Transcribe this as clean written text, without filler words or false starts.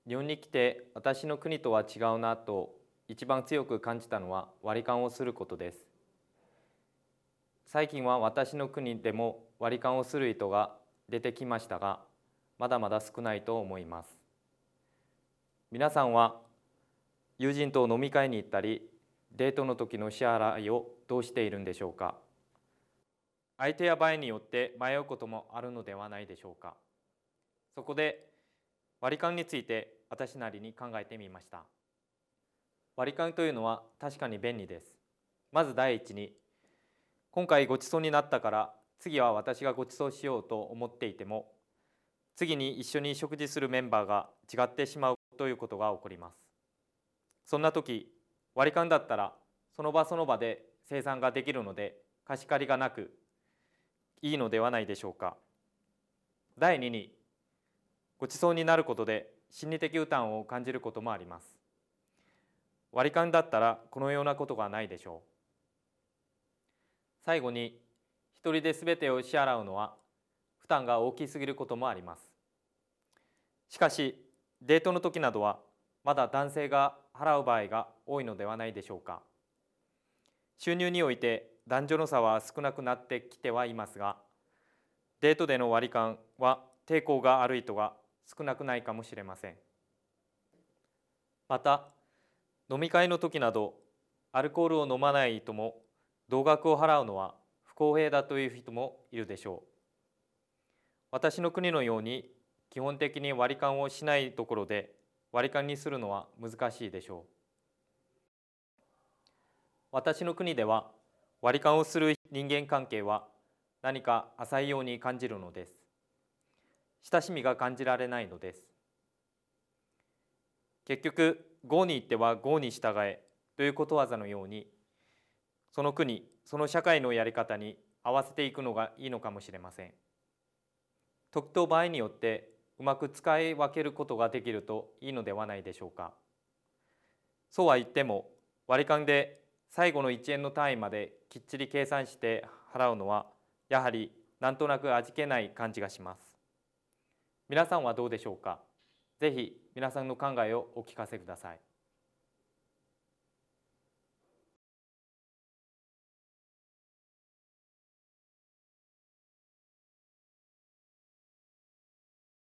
日本に来て私の国とは違うなと一番強く感じたのは割り勘をすることです。最近は私の国でも割り勘をする人が出てきましたが、まだまだ少ないと思います。皆さんは友人と飲み会に行ったり、デートの時の支払いをどうしているんでしょうか。相手や場合によって迷うこともあるのではないでしょうか。そこで割り勘について私なりに考えてみました。割り勘というのは確かに便利です。まず第一に、今回ごちそうになったから次は私がごちそうしようと思っていても、次に一緒に食事するメンバーが違ってしまうということが起こります。そんな時、割り勘だったらその場その場で精算ができるので貸し借りがなくいいのではないでしょうか。第2に、ごちそうになることで心理的負担を感じることもあります。割り勘だったらこのようなことがないでしょう。最後に、一人で全てを支払うのは負担が大きすぎることもあります。しかし、デートの時などはまだ男性が払う場合が多いのではないでしょうか。収入において男女の差は少なくなってきてはいますが、デートでの割り勘は抵抗がある人が少なくないかもしれません。また、飲み会の時などアルコールを飲まない人も同額を払うのは不公平だという人もいるでしょう。私の国のように基本的に割り勘をしないところで割り勘にするのは難しいでしょう。私の国では割り勘をする人間関係は何か浅いように感じるのです。親しみが感じられないのです。結局、郷に行っては郷に従えということわざのように、その国、その社会のやり方に合わせていくのがいいのかもしれません。時と場合によってうまく使い分けることができるといいのではないでしょうか。そうは言っても、割り勘で最後の1円の単位まできっちり計算して払うのは、やはりなんとなく味気ない感じがします。皆さんはどうでしょうか。ぜひ皆さんの考えをお聞かせください。